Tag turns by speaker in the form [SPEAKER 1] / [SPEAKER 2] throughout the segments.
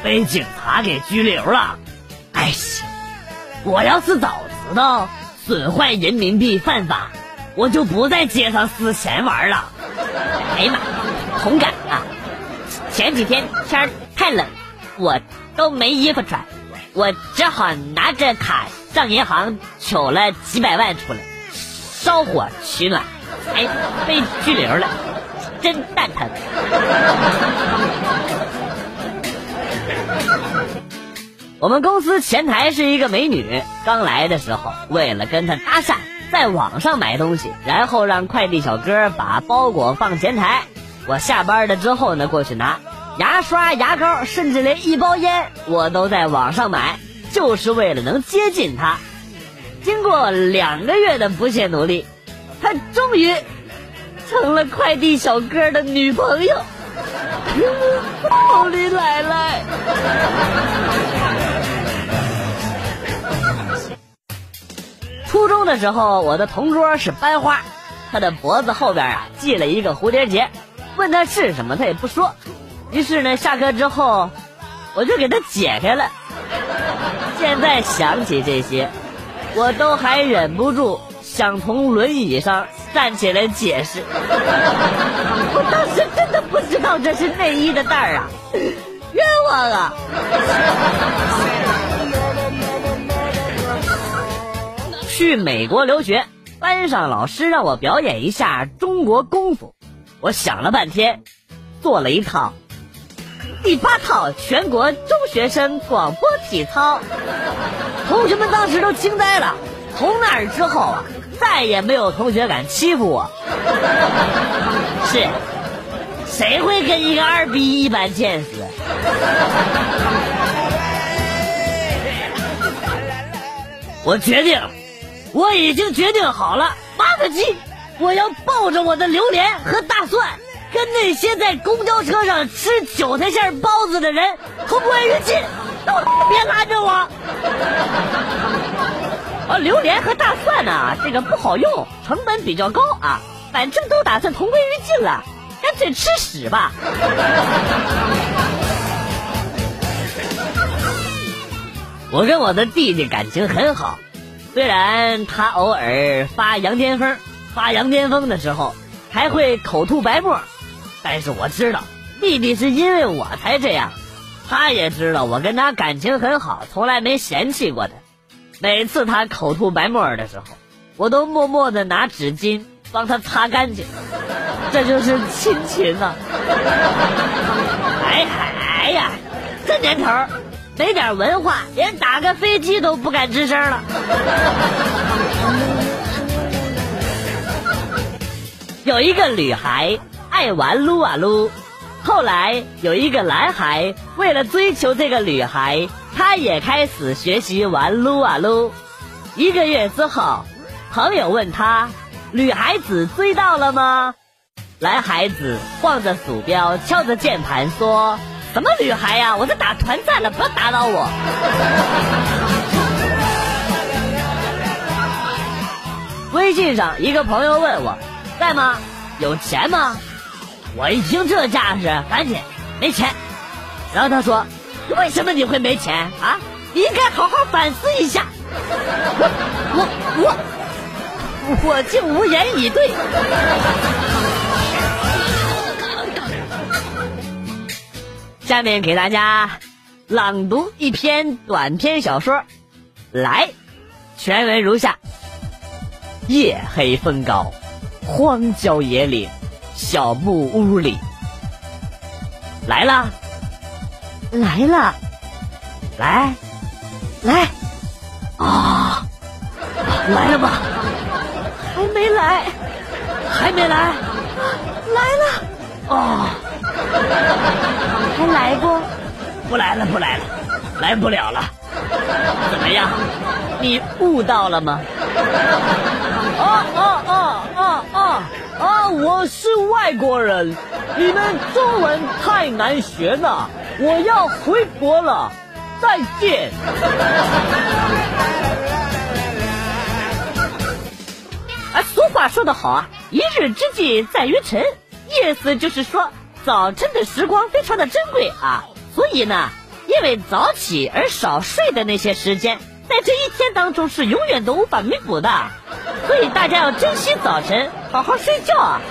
[SPEAKER 1] 被警察给拘留了。哎呀，我要是早知道损坏人民币犯法，我就不在街上撕钱玩了。哎呀妈，同感啊！前几天天太冷，我都没衣服穿，我只好拿着卡上银行取了几百万出来，烧火取暖，才被拘留了，真蛋疼。我们公司前台是一个美女，刚来的时候为了跟她搭讪，在网上买东西，然后让快递小哥把包裹放前台，我下班了之后呢过去拿牙刷、牙膏，甚至连一包烟我都在网上买，就是为了能接近她。经过2个月的不懈努力，她终于成了快递小哥的女朋友。奥利奶奶！初中的时候，我的同桌是班花，他的脖子后边系了一个蝴蝶结，问他是什么他也不说，于是呢下课之后我就给他解开了。现在想起这些，我都还忍不住想从轮椅上站起来解释。我当时真的不知道这是内衣的带儿啊，冤枉啊！去美国留学，班上老师让我表演一下中国功夫，我想了半天，做了一套第8套全国中学生广播体操。同学们当时都惊呆了，从那儿之后啊，再也没有同学敢欺负我。是，谁会跟一个二逼一般见识？我已经决定好了，妈个鸡！我要抱着我的榴莲和大蒜，跟那些在公交车上吃韭菜馅包子的人同归于尽，都别拦着我！榴莲和大蒜呢，这个不好用，成本比较高啊，反正都打算同归于尽了，干脆吃屎吧！我跟我的弟弟感情很好，虽然他偶尔发羊癫疯的时候还会口吐白沫，但是我知道弟弟是因为我才这样，他也知道我跟他感情很好，从来没嫌弃过他。每次他口吐白沫的时候，我都默默地拿纸巾帮他擦干净，这就是亲情啊！哎呀，这年头没点文化，连打个飞机都不敢吱声了。有一个女孩爱玩撸啊撸，后来有一个男孩为了追求这个女孩，他也开始学习玩撸啊撸。1个月之后，朋友问他，女孩子追到了吗？男孩子晃着鼠标，敲着键盘说，什么女孩呀，我在打团战了，不要打扰我。微信上一个朋友问我，在吗？有钱吗？我一听这架势，赶紧没钱。然后他说，为什么你会没钱啊？你应该好好反思一下。我竟无言以对。下面给大家朗读一篇短篇小说，来，全文如下：夜黑风高，荒郊野岭，小木屋里，来了，来啊，来了吗？还没来，来了哦，还来不？不来了，来不了了。怎么样？你悟到了吗？我是外国人，你们中文太难学了，我要回国了，再见。俗话说得好啊，一日之计在于晨，意思就是说早晨的时光非常的珍贵啊，所以呢因为早起而少睡的那些时间，在这一天当中是永远都无法弥补的，所以大家要珍惜早晨，好好睡觉啊。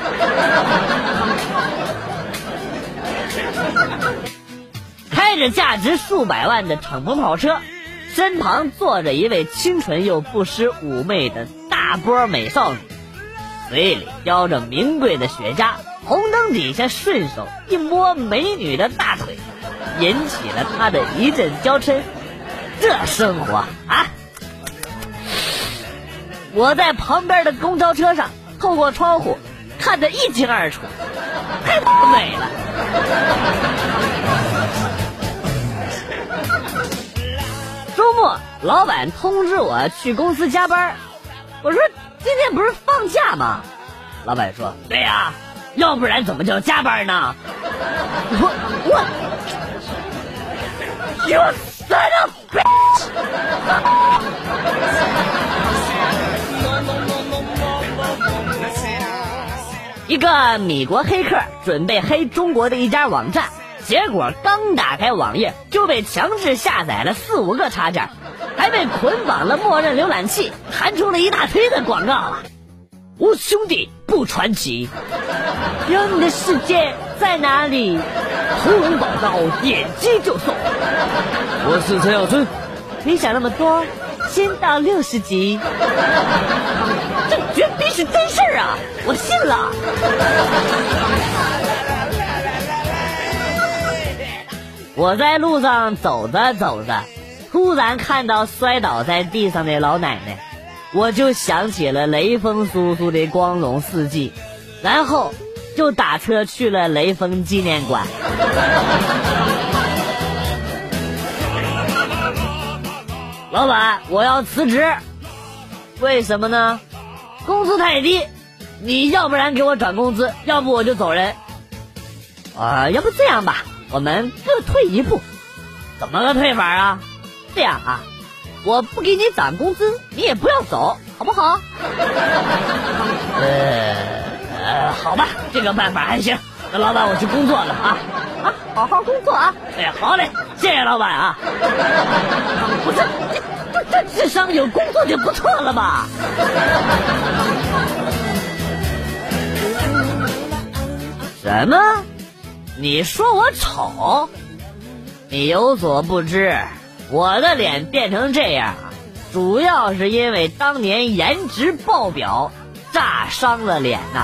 [SPEAKER 1] 开着价值数百万的敞篷跑车，身旁坐着一位清纯又不失妩媚的大波美少女，嘴里叼着名贵的雪茄，红灯底下顺手一摸美女的大腿，引起了她的一阵娇嗔。这生活啊！我在旁边的公交车上透过窗户看得一清二楚，太美了。周末老板通知我去公司加班，我说今天不是放假吗？老板说对呀，要不然怎么叫加班呢？我You son of bitch！ 一个米国黑客准备黑中国的一家网站，结果刚打开网页就被强制下载了4-5个插件，还被捆绑了默认浏览器，弹出了一大堆的广告啊！我兄弟不传奇，有你的世界在哪里？屠龙宝刀，点击就送。我是陈小春，没想那么多，先到60集。这绝逼是真事儿啊！我信了。我在路上走着走着，突然看到摔倒在地上的老奶奶，我就想起了雷锋叔叔的光荣事迹，然后就打车去了雷锋纪念馆。老板，我要辞职。为什么呢？工资太低，你要不然给我转工资，要不我就走人。要不这样吧，我们各退一步。怎么个退法啊？这样啊，我不给你涨工资，你也不要走，好不好？好吧，这个办法还行。那老板，我去工作了啊，好好工作啊。哎，好嘞，谢谢老板啊。不是，这智商有工作就不错了吧？什么？你说我丑？你有所不知，我的脸变成这样，主要是因为当年颜值爆表，炸伤了脸呐。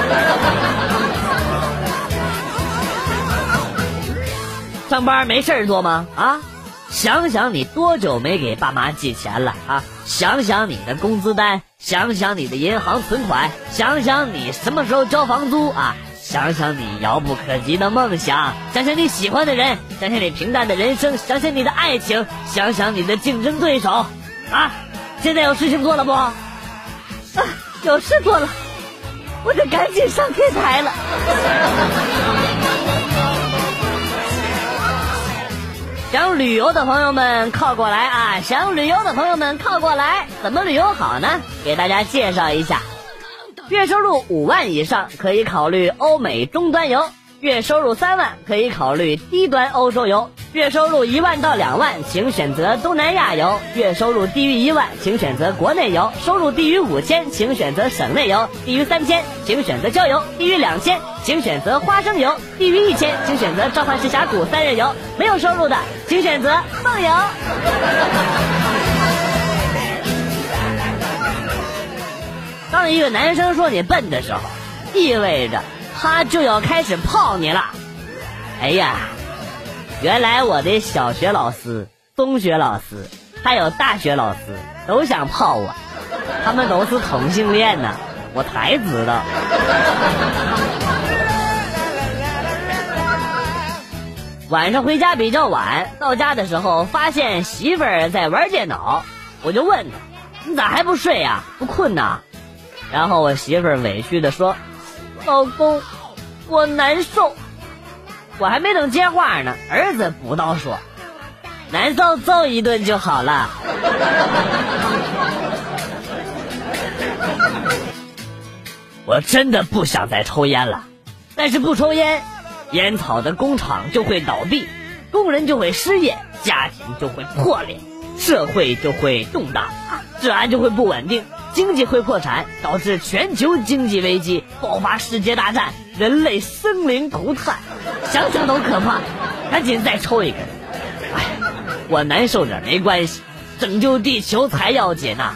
[SPEAKER 1] 上班没事做吗？啊，想想你多久没给爸妈寄钱了啊？想想你的工资单，想想你的银行存款，想想你什么时候交房租啊？想想你遥不可及的梦想，想想你喜欢的人，想想你平淡的人生，想想你的爱情，想想你的竞争对手啊！现在有事情做了不？有事做了，我就赶紧上天台了。想旅游的朋友们靠过来啊！想旅游的朋友们靠过来，怎么旅游好呢？给大家介绍一下。月收入5万以上可以考虑欧美中端游，月收入3万可以考虑低端欧洲游，月收入1万到2万请选择东南亚游，月收入低于1万请选择国内游，收入低于5000请选择省内游，低于3000请选择郊游，低于2000请选择花生游，低于1000请选择召唤师峡谷3日游，没有收入的请选择梦游。当一个男生说你笨的时候，意味着他就要开始泡你了。哎呀，原来我的小学老师、中学老师还有大学老师都想泡我，他们都是同性恋呢，我才知道。晚上回家比较晚，到家的时候发现媳妇儿在玩电脑，我就问她，你咋还不睡呀？不困呐？然后我媳妇儿委屈地说，老公，我难受。我还没等接话呢，儿子补刀说，难受揍一顿就好了。我真的不想再抽烟了，但是不抽烟，烟草的工厂就会倒闭， 工人就会失业，家庭就会破裂，社会就会动荡，治安就会不稳定，经济会破产，导致全球经济危机，爆发世界大战，人类生灵涂炭，想想都可怕。赶紧再抽一根。哎，我难受点没关系，拯救地球才要紧呐。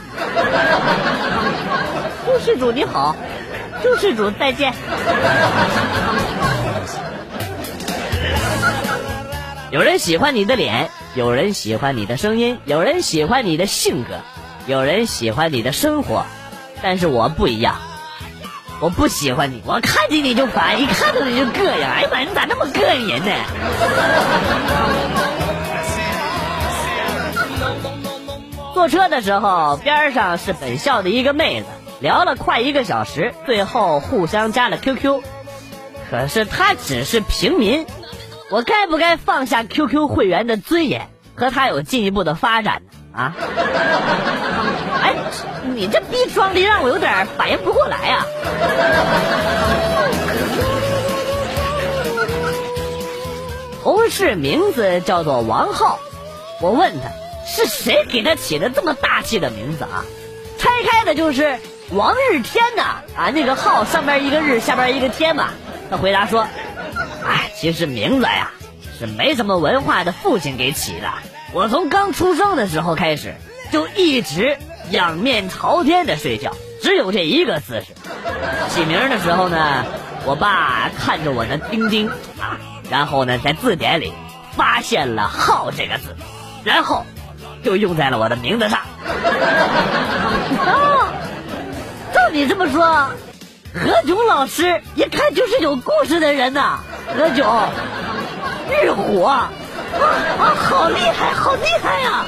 [SPEAKER 1] 救世主你好，救世主再见。有人喜欢你的脸，有人喜欢你的声音，有人喜欢你的性格，有人喜欢你的生活，但是我不一样，我不喜欢你，我看见你就烦，一看到你就膈应。哎呀妈，你咋那么膈应人呢？坐车的时候，边上是本校的一个妹子，聊了快1个小时，最后互相加了 QQ。可是她只是平民，我该不该放下 QQ 会员的尊严，和她有进一步的发展呢？啊？哎，你这逼装的让我有点反应不过来啊！同事名字叫做王浩，我问他是谁给他起的这么大气的名字啊？拆开的就是王日天呐，那个浩上边一个日，下边一个天嘛。他回答说，哎，其实名字呀是没什么文化的父亲给起的，我从刚出生的时候开始就一直仰面朝天的睡觉，只有这一个姿势。起名的时候呢，我爸看着我的丁丁然后呢在字典里发现了浩这个字，然后就用在了我的名字上。照你这么说，何炅老师一看就是有故事的人呐。何炅，日虎好厉害，好厉害呀！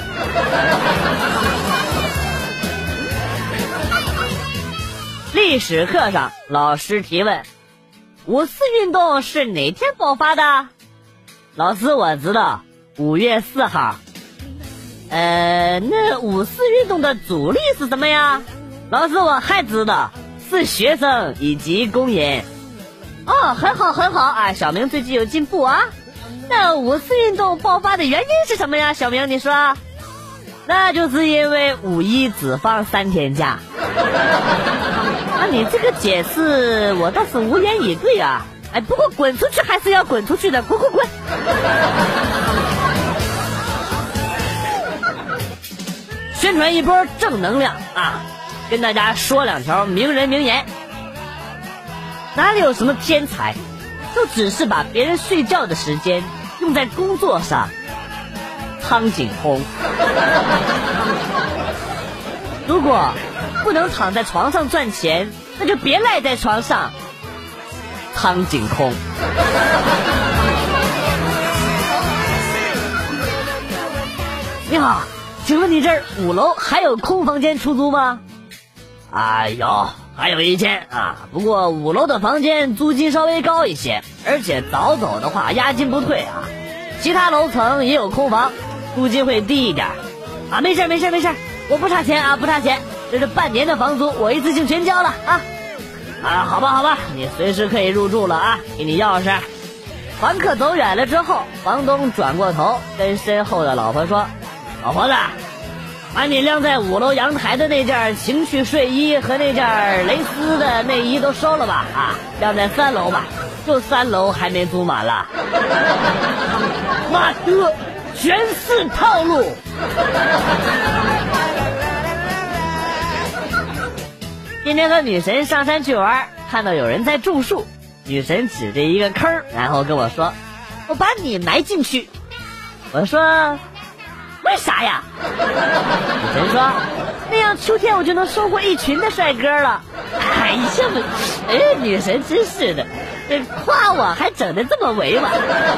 [SPEAKER 1] 历史课上，老师提问：5四运动是哪天爆发的？老师，我知道，5月4号。那5四运动的主力是什么呀？老师，我还知道，是学生以及工人。哦，很好很好啊，小明最近有进步啊。那5四运动爆发的原因是什么呀？小明，你说？那就是因为5·1只放3天假。你这个解释我倒是无言以对啊。哎，不过滚出去还是要滚出去的，滚滚滚！宣传一波正能量跟大家说2条名人名言。哪里有什么天才，就只是把别人睡觉的时间用在工作上。苍井空。如果不能躺在床上赚钱，那就别赖在床上。苍井空。你好，请问你这儿5楼还有空房间出租吗？有，还有1间不过5楼的房间租金稍微高一些，而且早走的话押金不退其他楼层也有空房，租金会低一点没事没事没事，我不差钱不差钱，这是半年的房租，我一次性全交了好吧好吧，你随时可以入住了给你钥匙。房客走远了之后，房东转过头跟身后的老婆说，老婆子，把你晾在5楼阳台的那件情趣睡衣和那件蕾丝的内衣都收了吧晾在3楼吧，就3楼还没租满了。妈的，全是套路。今天和女神上山去玩，看到有人在种树，女神指着一个坑，然后跟我说，我把你埋进去。我说，为啥呀？女神说，那样秋天我就能收获一群的帅哥了。女神真是的，夸我还整得这么委婉。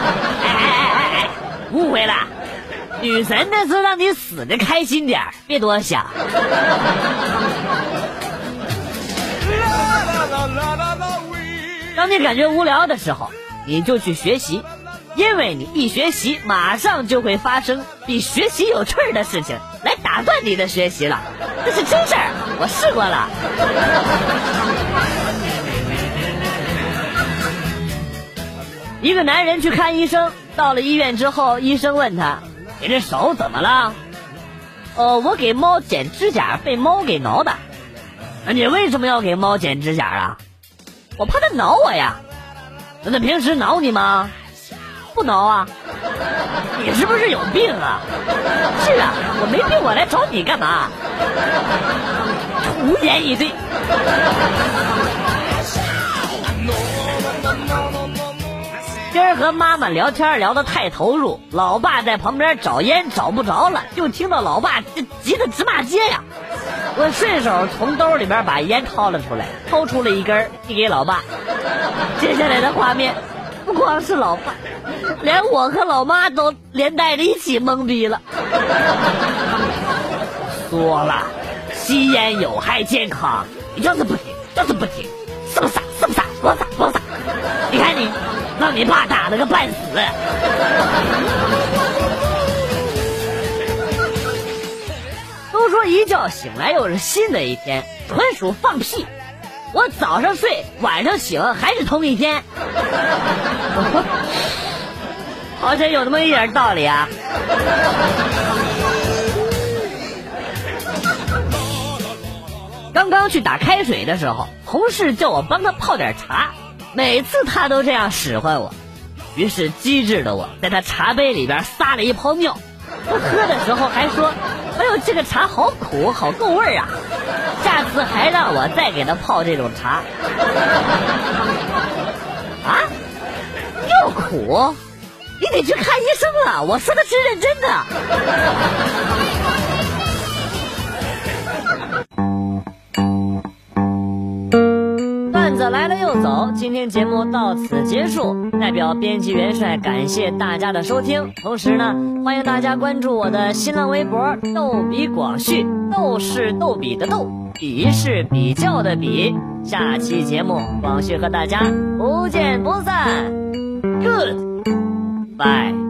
[SPEAKER 1] 误会了，女神那是让你死得开心点，别多想。当你感觉无聊的时候，你就去学习，因为你一学习，马上就会发生比学习有趣的事情来打断你的学习了，这是真事儿，我试过了。一个男人去看医生， 到了医院之后，医生问他：“你这手怎么了？”“我给猫剪指甲，被猫给挠的。”“你为什么要给猫剪指甲啊？”“我怕它挠我呀。”“那它平时挠你吗？”“不挠啊。”“你是不是有病啊？”“是啊，我没病，我来找你干嘛？”无言以对。今儿和妈妈聊天聊得太投入，老爸在旁边找烟找不着了，就听到老爸急得直骂街呀。我顺手从兜里边把烟掏了出来，掏出了一根递给老爸。接下来的画面不光是老爸，连我和老妈都连带着一起懵逼了。说了吸烟有害健康，你就是不听，就是不听，是不是傻？是不是傻？多傻多傻！你看你让你爸打了个半死。都说一觉醒来又是新的一天，纯属放屁。我早上睡晚上醒还是同一天。好像有那么一点道理啊。刚刚去打开水的时候，同事叫我帮他泡点茶，每次他都这样使唤我，于是机智的我在他茶杯里边撒了一泡尿。他喝的时候还说：“哎呦，这个茶好苦，好够味啊！”下次还让我再给他泡这种茶。啊？又苦？你得去看医生了，我说的是认真的。段子来了又走，今天节目到此结束，代表编辑元帅感谢大家的收听，同时呢，欢迎大家关注我的新浪微博逗比广旭，逗是逗比的逗，比是比较的比。下期节目广旭和大家不见不散。 Goodbye。